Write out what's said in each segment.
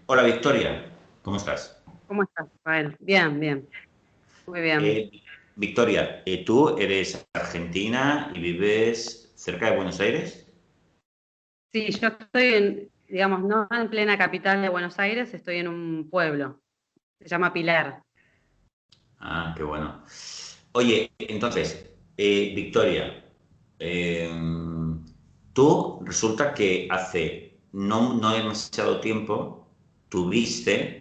Hola Victoria, ¿cómo estás? ¿Cómo estás, Rafael? Bien, bien, muy bien. Eh, Victoria, ¿tú eres argentina y vives cerca de Buenos Aires? Sí, yo estoy digamos, no en plena capital de Buenos Aires, estoy en un pueblo, se llama Pilar. Ah, qué bueno. Oye, entonces, Victoria, eh, tú resulta que hace no demasiado tiempo tuviste,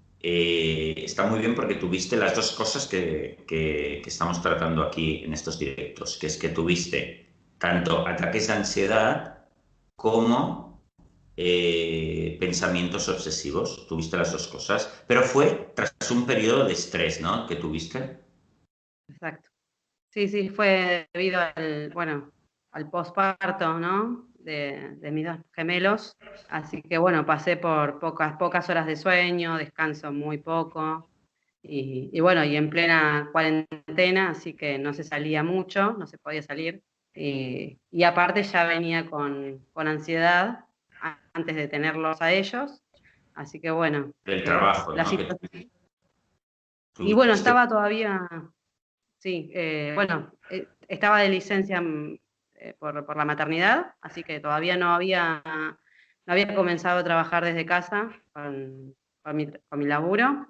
está muy bien porque tuviste las dos cosas que estamos tratando aquí en estos directos, que es que tuviste tanto ataques de ansiedad como pensamientos obsesivos. Tuviste las dos cosas, pero fue tras un periodo de estrés, ¿no? Que tuviste. Exacto. Sí, sí, fue debido bueno, al posparto, ¿no? De mis dos gemelos. Así que bueno, pasé por pocas horas de sueño, descanso muy poco. Y bueno, y en plena cuarentena, así que no se salía mucho, no se podía salir. Y aparte ya venía con ansiedad antes de tenerlos a ellos. Así que bueno, Del trabajo, la ¿no? Que situación. Y bueno, tuviste. estaba todavía, sí, bueno, estaba de licencia por la maternidad, así que todavía no había comenzado a trabajar desde casa con mi laburo.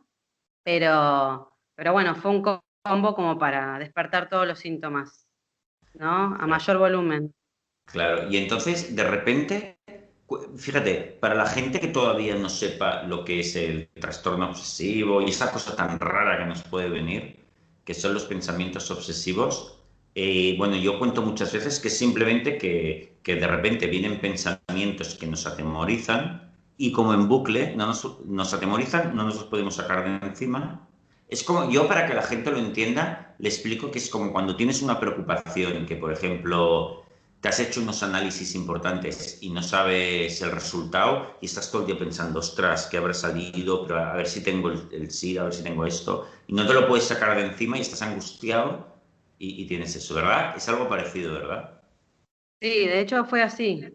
Pero bueno, fue un combo como para despertar todos los síntomas, ¿no? A Claro, mayor volumen. claro. Y entonces, de repente, fíjate, para la gente que todavía no sepa lo que es el trastorno obsesivo y esa cosa tan rara que nos puede venir, que son los pensamientos obsesivos, bueno, yo cuento muchas veces que es simplemente que de repente vienen pensamientos que nos atemorizan y como en bucle nos atemorizan, no nos los podemos sacar de encima. Es como, yo para que la gente lo entienda, le explico que es como cuando tienes una preocupación, que por ejemplo te has hecho unos análisis importantes y no sabes el resultado y estás todo el día pensando, ostras, ¿qué habrá salido? Pero a ver si tengo el SIDA, a ver si tengo esto, y no te lo puedes sacar de encima y estás angustiado y tienes eso, ¿verdad? Es algo parecido, ¿verdad? Sí, de hecho fue así.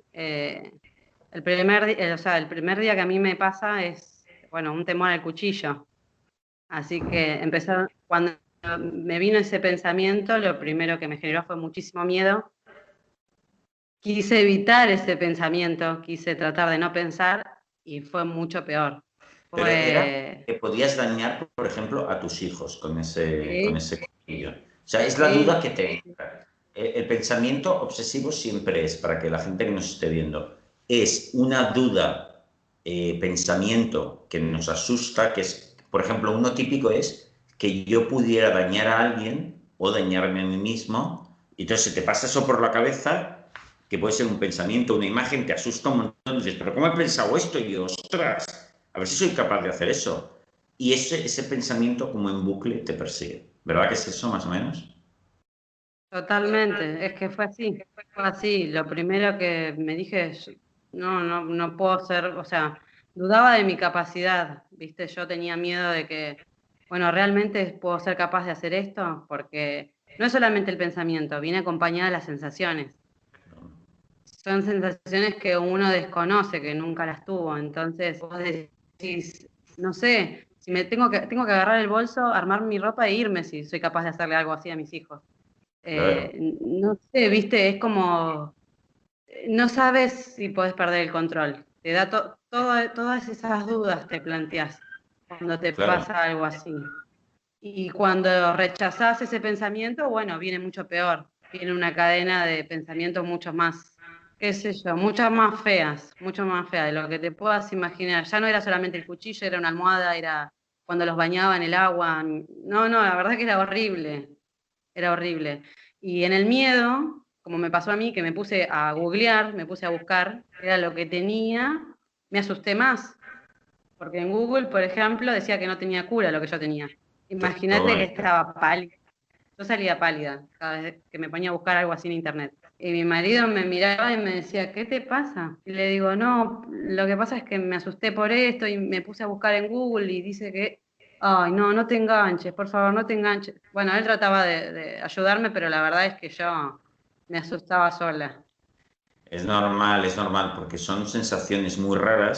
O sea, el primer día que a mí me pasa es, bueno, un temor al cuchillo. Así que cuando me vino ese pensamiento, lo primero que me generó fue muchísimo miedo. Quise evitar ese pensamiento, quise tratar de no pensar y fue mucho peor. Pero era Fue, que podías dañar, por ejemplo, a tus hijos con sí, ese cuchillo. O sea, es la duda sí, que te entra. El pensamiento obsesivo siempre es, para que la gente que nos esté viendo, es una duda, pensamiento que nos asusta, que es, por ejemplo, uno típico es que yo pudiera dañar a alguien o dañarme a mí mismo, y entonces se te pasa eso por la cabeza, que puede ser un pensamiento, una imagen, te asusta un montón, y dices, pero ¿cómo he pensado esto? Y yo, ostras, a ver si soy capaz de hacer eso. Y ese pensamiento como en bucle te persigue. ¿Verdad que es eso más o menos? totalmente. Es que fue así. Lo primero que me dije es, no, no, no puedo ser, o sea, dudaba de mi capacidad, ¿viste? Yo tenía miedo de que, bueno, ¿realmente puedo ser capaz de hacer esto? Porque no es solamente el pensamiento, viene acompañada de las sensaciones. Son sensaciones que uno desconoce, que nunca las tuvo. Entonces, vos decís, no sé, si tengo que agarrar el bolso, armar mi ropa e irme si soy capaz de hacerle algo así a mis hijos. Claro, No sé, viste, es como, no sabes si podés perder el control. Te da todas esas dudas te planteás cuando te claro. pasa algo así. Y cuando rechazás ese pensamiento, bueno, viene mucho peor. Viene una cadena de pensamientos mucho más, qué sé yo, mucho más feas de lo que te puedas imaginar. Ya no era solamente el cuchillo, era una almohada, era cuando los bañaba en el agua. No, no, la verdad que era horrible, era horrible. Y en el miedo, como me pasó a mí, que me puse a googlear, me puse a buscar, qué era lo que tenía, me asusté más. Porque en Google, por ejemplo, decía que no tenía cura lo que yo tenía. Imagínate Toma que ya. estaba pálida. Yo salía pálida cada vez que me ponía a buscar algo así en internet. Y mi marido me miraba y me decía, ¿qué te pasa? Y le digo, no, lo que pasa es que me asusté por esto y me puse a buscar en Google y dice que, ay, no, no te enganches, por favor, no te enganches. Bueno, él trataba de ayudarme, pero la verdad es que yo me asustaba sola. Es normal, porque son sensaciones muy raras.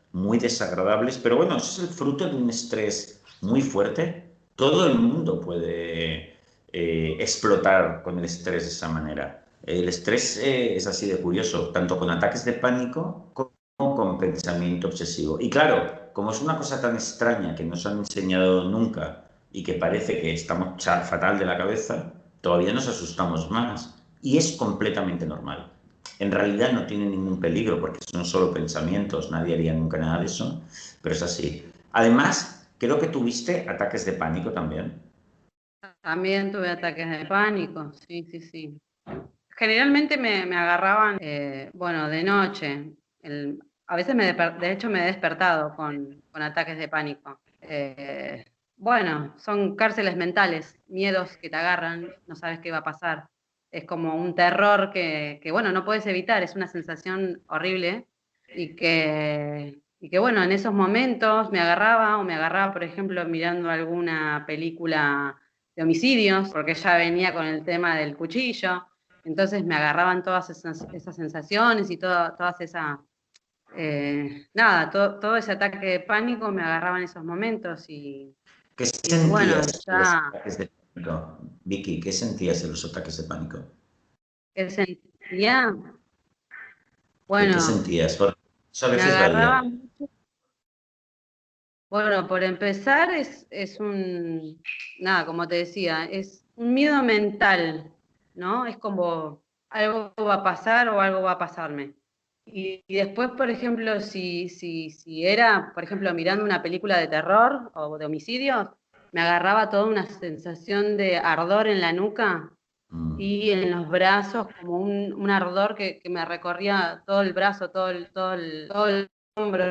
muy desagradables, pero bueno, eso es el fruto de un estrés muy fuerte. Todo el mundo puede explotar con el estrés de esa manera. El estrés es así de curioso, tanto con ataques de pánico como con pensamiento obsesivo. Y claro, como es una cosa tan extraña que nos han enseñado nunca y que parece que estamos fatal de la cabeza, todavía nos asustamos más. Y es completamente normal. En realidad no tiene ningún peligro porque son solo pensamientos, nadie haría nunca nada de eso, pero es así. Además, creo que tuviste ataques de pánico también. También tuve ataques de pánico, sí, sí, sí. Generalmente me agarraban, bueno, de noche. A veces de hecho me he despertado con ataques de pánico. Bueno, son cárceles mentales, miedos que te agarran, no sabes qué va a pasar. Es como un terror bueno, no puedes evitar, es una sensación horrible y que bueno, en esos momentos me agarraba, por ejemplo, mirando alguna película de homicidios, porque ya venía con el tema del cuchillo. Entonces me agarraban todas esas sensaciones y todas esas, nada, todo ese ataque de pánico me agarraba en esos momentos ¿Qué y bueno, sentías en los ya, ataques de pánico? Vicky, ¿qué sentías en los ataques de pánico? ¿qué sentía? ¿Qué Bueno, sentías? Porque eso a me veces agarraba varía. mucho. Bueno, por empezar nada, como te decía, es un miedo mental, ¿no? Es como algo va a pasar o algo va a pasarme. Y después, por ejemplo, si era, por ejemplo, mirando una película de terror o de homicidios, me agarraba toda una sensación de ardor en la nuca Mm. y en los brazos, como un ardor que me recorría todo el brazo, todo el hombro.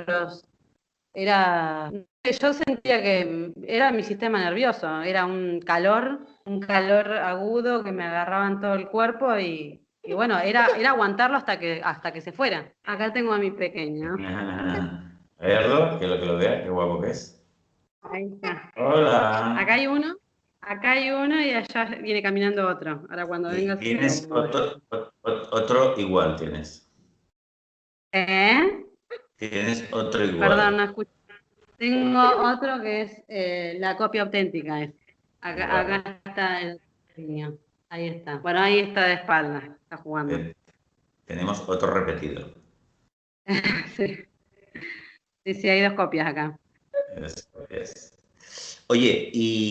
Yo sentía que era mi sistema nervioso, era un calor agudo que me agarraba en todo el cuerpo y bueno, era aguantarlo hasta que se fuera. Acá tengo a mi pequeño. Verlo, que lo vea, qué guapo que es. Ahí está. Acá Hola. hay uno, acá hay uno y allá viene caminando otro. Ahora cuando Y venga se lo tienes muestro. otro igual, tienes. ¿Eh? Tienes otro Perdón, igual. no escucho. Tengo otro que es la copia auténtica. Vale. Acá está el niño. Ahí está. Bueno, ahí está de espalda. Está jugando. Eh, tenemos otro repetido. Sí, sí, sí, hay dos copias acá. Eso es. Oye,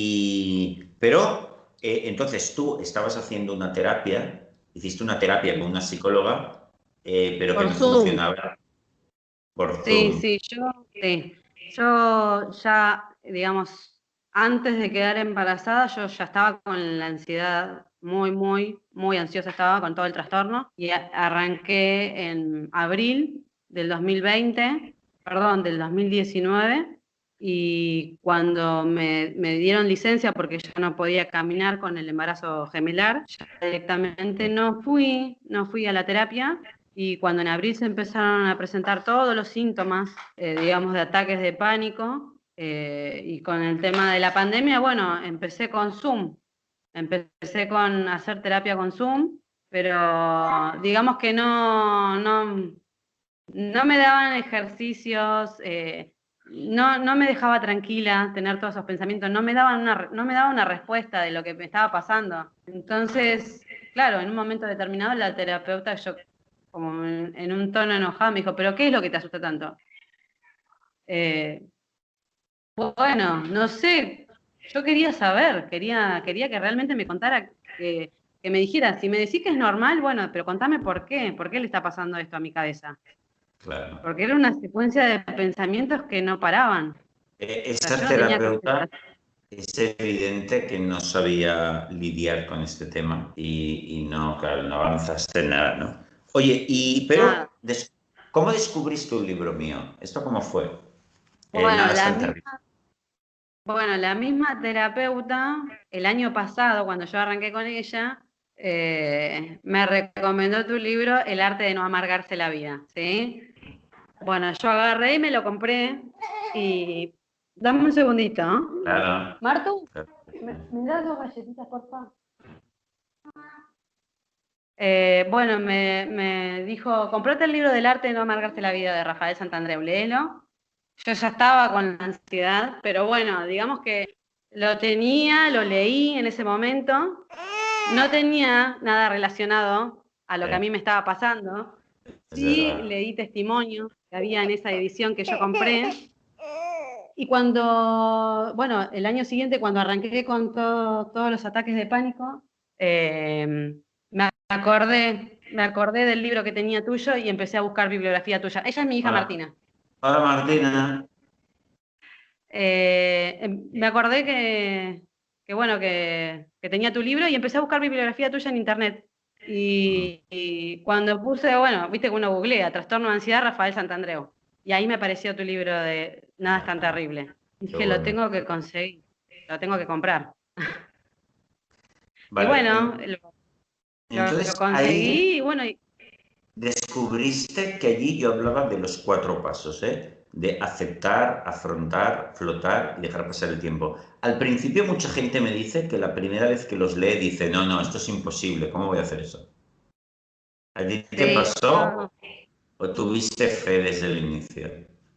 pero entonces tú estabas haciendo una terapia, hiciste una terapia con Sí. una psicóloga, pero que Por no Zoom. funcionaba por Sí, Zoom. sí, sí. Yo ya, digamos, antes de quedar embarazada, yo ya estaba con la ansiedad muy ansiosa estaba con todo el trastorno y arranqué en abril del 2020, perdón, del 2019 y cuando me dieron licencia porque yo no podía caminar con el embarazo gemelar, ya directamente no fui a la terapia y cuando en abril se empezaron a presentar todos los síntomas, digamos, de ataques de pánico, y con el tema de la pandemia, bueno, empecé con Zoom, empecé con hacer terapia con Zoom, pero digamos que no me daban ejercicios, no me dejaba tranquila tener todos esos pensamientos, no me daba una respuesta de lo que me estaba pasando. Entonces, claro, en un momento determinado la terapeuta, yo como en un tono enojado, me dijo, ¿pero qué es lo que te asusta tanto? Eh, bueno, no sé, yo quería saber, quería que realmente me contara, que me dijera, si me decís que es normal, bueno, pero contame por qué le está pasando esto a mi cabeza. Claro. Porque era una secuencia de pensamientos que no paraban. O sea, Esa yo no tenía terapeuta concentración. es evidente que no sabía lidiar con este tema y no, claro, no avanzaste en nada, ¿no? Oye, Nada. ¿cómo descubriste un libro mío? ¿Esto cómo fue? Bueno, Nada es tan terrible. la misma terapeuta, el año pasado, cuando yo arranqué con ella, me recomendó tu libro, El arte de no amargarse la vida, ¿sí? Bueno, yo agarré y me lo compré y... Dame un segundito, ¿no? Claro. Martu, Claro. ¿me das dos galletitas, por favor? Bueno, me dijo, comprate el libro del arte de no amargarse la vida de Rafael Santandreu, léelo. yo ya estaba con la ansiedad, pero bueno, digamos que lo tenía, lo leí en ese momento, no tenía nada relacionado a lo que a mí me estaba pasando. Es Sí, verdad. leí testimonios que había en esa edición que yo compré. Y cuando, bueno, el año siguiente, cuando arranqué con todos los ataques de pánico, me acordé del libro que tenía tuyo y empecé a buscar bibliografía tuya. Ella es mi hija Hola, Martina. hola Martina. Me acordé bueno, que tenía tu libro y empecé a buscar bibliografía tuya en internet. Mm, Y cuando puse, bueno, viste que uno googlea, trastorno de ansiedad, Rafael Santandreu. Y ahí me apareció tu libro de Nada es tan ah, terrible. qué Dije, lo bueno. tengo que conseguir, lo tengo que comprar. Y Vale, bueno, lo entonces ahí conseguí y bueno, descubriste que allí yo hablaba de los cuatro pasos, ¿eh? De aceptar, afrontar, flotar y dejar pasar el tiempo. Al principio mucha gente me dice que la primera vez que los lee dice, no, no, esto es imposible, ¿cómo voy a hacer eso? ¿A ti te sí, pasó o tuviste fe desde el inicio?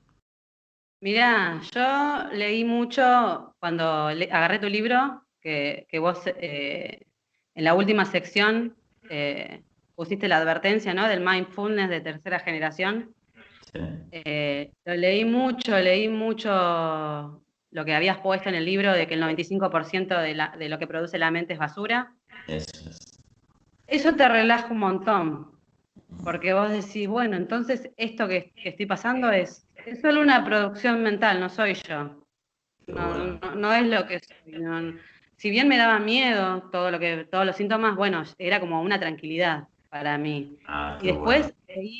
mirá, yo leí mucho cuando agarré tu libro, que vos en la última sección pusiste la advertencia, ¿no? Del mindfulness de tercera generación. Sí, Lo leí mucho lo que habías puesto en el libro de que el 95% de lo que produce la mente es basura. eso es. Eso te relaja un montón, porque vos decís, bueno, entonces esto que estoy pasando es solo una producción mental, no soy yo. Qué No, bueno. no, no es lo que soy. Si bien me daba miedo todos los síntomas, bueno, era como una tranquilidad para mí. Ah, Y qué bueno. después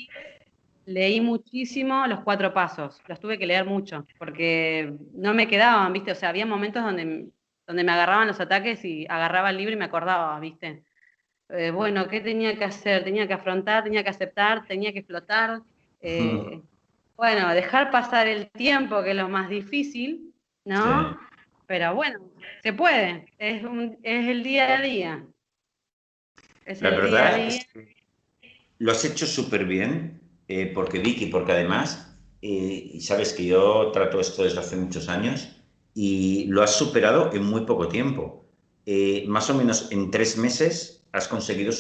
leí muchísimo los cuatro pasos, los tuve que leer mucho, porque no me quedaban, ¿viste? O sea, había momentos donde me agarraban los ataques y agarraba el libro y me acordaba, ¿viste? Bueno, ¿qué tenía que hacer? Tenía que afrontar, tenía que aceptar, tenía que flotar. eh, bueno, dejar pasar el tiempo, que es lo más difícil, Sí. ¿no? Pero bueno, se puede, es el día a día, es La el día a verdad día. es que lo has hecho súper bien, porque Vicky, porque además, y sabes que yo trato esto desde hace muchos años y lo has superado en muy poco tiempo. Más o menos en 3 meses has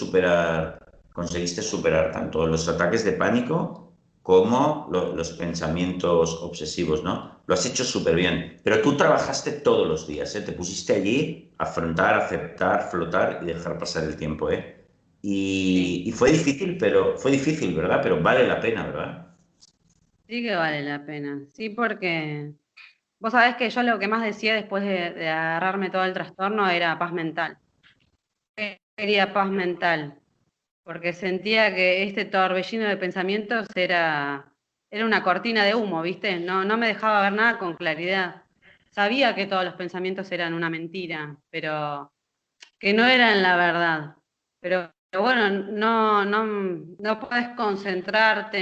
conseguiste superar tanto los ataques de pánico como los pensamientos obsesivos, ¿no? Lo has hecho súper bien, pero tú trabajaste todos los días, ¿eh? Te pusiste allí a afrontar, aceptar, flotar y dejar pasar el tiempo, ¿eh? Sí, Y fue difícil, ¿verdad? Pero vale la pena, ¿verdad? sí que vale la pena. Sí, porque vos sabés que yo lo que más decía después de agarrarme todo el trastorno era paz mental. Quería paz mental, porque sentía que este torbellino de pensamientos era una cortina de humo, ¿viste? No, no me dejaba ver nada con claridad. Sabía que todos los pensamientos eran una mentira, pero que no eran la verdad. Pero bueno, no puedes concentrarte,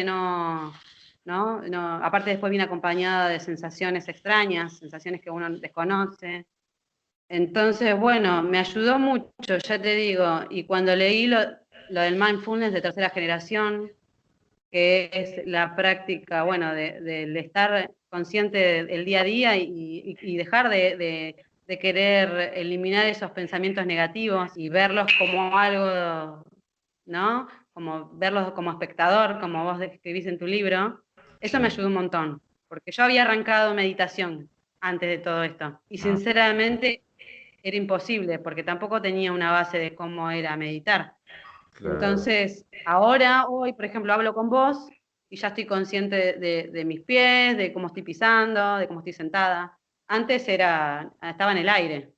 no. Aparte después viene acompañada de sensaciones extrañas, sensaciones que uno desconoce. Entonces, bueno, me ayudó mucho, ya te digo, y cuando leí lo del mindfulness de tercera generación, que es la práctica, bueno, del estar consciente del día a día y dejar de querer eliminar esos pensamientos negativos y verlos como algo, ¿no? Como verlos como espectador, como vos describís en tu libro, eso Sí. me ayudó un montón, porque yo había arrancado meditación antes de todo esto, y Ah, sinceramente era imposible, porque tampoco tenía una base de cómo era meditar. claro, Entonces, hoy, por ejemplo, hablo con vos y ya estoy consciente de mis pies, de cómo estoy pisando, de cómo estoy sentada. Antes estaba en el aire,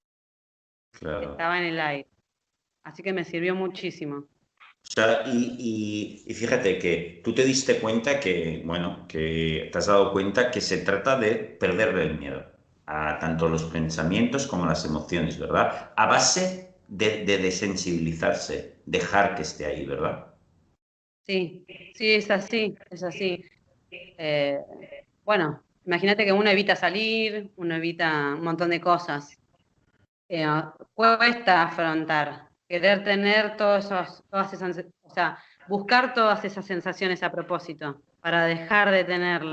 claro. estaba en el aire. Así que me sirvió muchísimo. O sea, y fíjate que tú te diste cuenta que, bueno, que te has dado cuenta que se trata de perderle el miedo a tanto los pensamientos como las emociones, ¿verdad? A base de desensibilizarse, dejar que esté ahí, ¿verdad? Sí, sí, es así, es así. Eh, bueno, imagínate que uno evita salir, uno evita un montón de cosas. Eh, Cuesta afrontar, querer tener todas esas, o sea, buscar todas esas sensaciones a propósito, para dejar de tenerlas.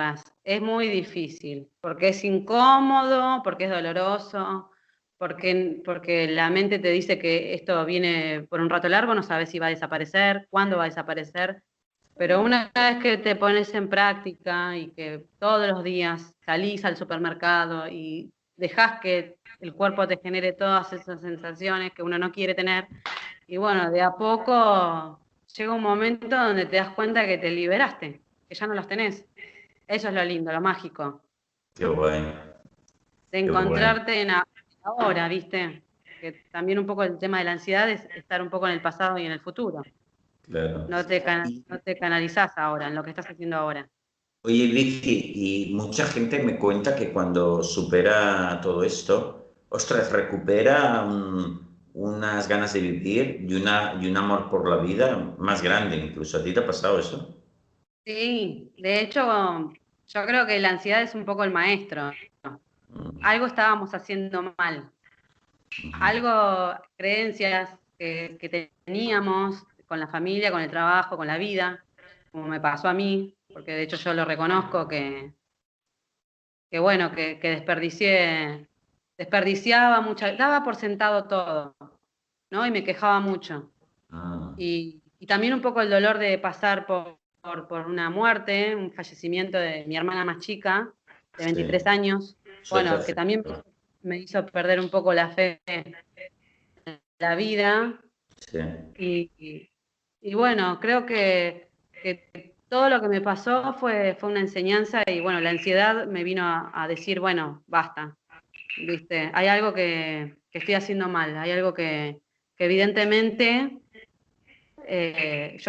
Es muy difícil, porque es incómodo, porque es doloroso, porque la mente te dice que esto viene por un rato largo, no sabes si va a desaparecer, cuándo va a desaparecer, pero una vez que te pones en práctica y que todos los días salís al supermercado y dejás que el cuerpo te genere todas esas sensaciones que uno no quiere tener, y bueno, de a poco llega un momento donde te das cuenta que te liberaste, que ya no los tenés. Eso es lo lindo, lo mágico, Qué bueno, de qué bueno. encontrarte en ahora, ¿viste? Que también un poco el tema de la ansiedad es estar un poco en el pasado y en el futuro. Claro. No te canalizás ahora en lo que estás haciendo ahora. Oye, Vicky, y mucha gente me cuenta que cuando supera todo esto, ostras, recupera unas ganas de vivir y un amor por la vida más grande incluso. ¿A ti te ha pasado eso? Sí, de hecho, yo creo que la ansiedad es un poco el maestro. Mm, Algo estábamos haciendo mal, algo, creencias que teníamos con la familia, con el trabajo, con la vida, como me pasó a mí, porque de hecho yo lo reconozco que bueno, que desperdiciaba mucho, daba por sentado todo, ¿no? Y me quejaba mucho. ah, Y también un poco el dolor de pasar por una muerte, un fallecimiento de mi hermana más chica, de sí. 23 años, Eso te bueno, que también afecta. me hizo perder un poco la fe en la vida. Sí. Y bueno, creo que todo lo que me pasó fue una enseñanza y bueno, la ansiedad me vino a decir, bueno, basta, ¿viste? Hay algo que estoy haciendo mal, hay algo que evidentemente yo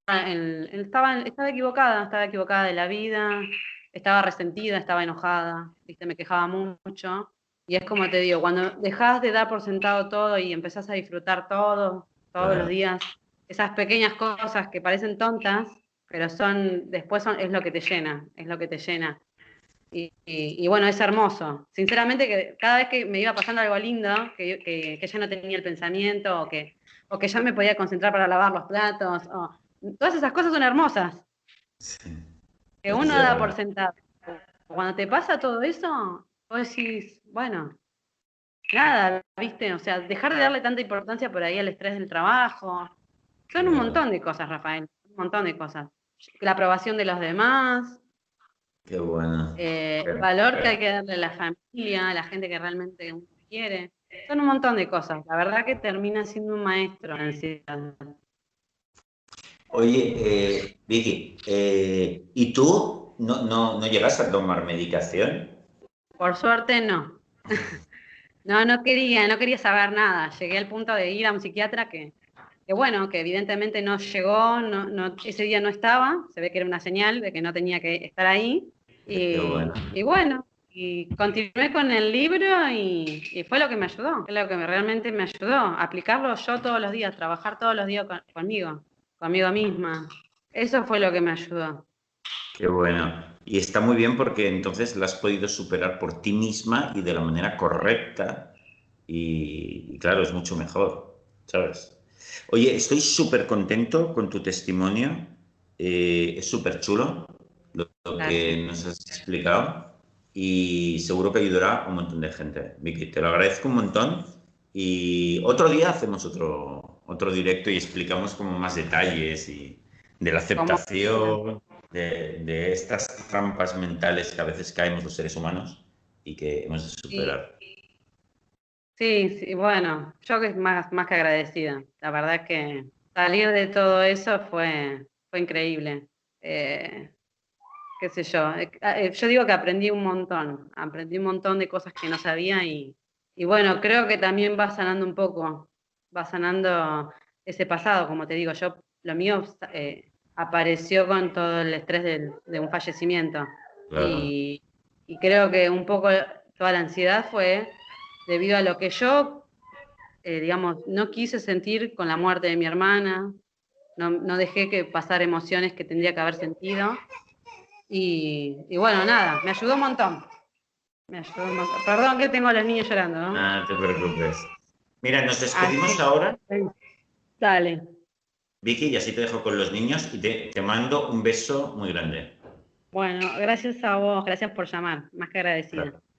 estaba equivocada de la vida, estaba resentida, estaba enojada, ¿viste? Me quejaba mucho. Y es como te digo, cuando dejás de dar por sentado todo y empezás a disfrutar todo, todos los Claro, días, esas pequeñas cosas que parecen tontas, pero es lo que te llena, es lo que te llena. Y bueno, es hermoso. Sinceramente, que cada vez que me iba pasando algo lindo, que ya no tenía el pensamiento, o que ya me podía concentrar para lavar los platos, todas esas cosas son hermosas, sí, que es uno da por verdad. sentado. Cuando te pasa todo eso, vos decís, bueno, nada, ¿viste? O sea, dejar de darle tanta importancia por ahí al estrés del trabajo. Son un Claro, montón de cosas, Rafael, un montón de cosas. La aprobación de los demás, qué bueno. el valor que hay que darle a la familia, a la gente que realmente uno quiere. Son un montón de cosas. La verdad que termina siendo un maestro en ansiedad. Oye, Vicky, ¿y tú no llegas a tomar medicación? Por suerte no. No, no quería saber nada. Llegué al punto de ir a un psiquiatra que bueno, que evidentemente no llegó, ese día no estaba, se ve que era una señal de que no tenía que estar ahí. Qué bueno. Y bueno, y continué con el libro y fue lo que me ayudó, fue lo que realmente me ayudó, aplicarlo yo todos los días, trabajar todos los días conmigo misma. Eso fue lo que me ayudó. Qué bueno. Y está muy bien porque entonces la has podido superar por ti misma y de la manera correcta. Y claro, es mucho mejor, ¿sabes? Oye, estoy súper contento con tu testimonio. Es súper chulo lo Gracias. que nos has explicado y seguro que ayudará a un montón de gente. Vicky, te lo agradezco un montón y otro día hacemos otro directo y explicamos como más detalles y de la Como quieras. aceptación de estas trampas mentales que a veces caemos los seres humanos y que hemos de Sí, superar. sí, sí, bueno, yo que más que agradecida. La verdad es que salir de todo eso fue increíble. Eh, qué sé yo. Yo digo que aprendí un montón de cosas que no sabía y bueno, creo que también va sanando un poco, va sanando ese pasado, como te digo, lo mío apareció con todo el estrés de un fallecimiento Claro, y, y creo que un poco toda la ansiedad fue debido a lo que yo, digamos, no quise sentir con la muerte de mi hermana, no dejé que pasar emociones que tendría que haber sentido. Y bueno, nada, me ayudó un montón. Me ayudó un montón. Perdón que tengo a los niños llorando, ¿no? no te preocupes. Mira, nos despedimos Así ahora, que, dale. Vicky, y así te dejo con los niños y te mando un beso muy grande. Bueno, gracias a vos, gracias por llamar, más que agradecida.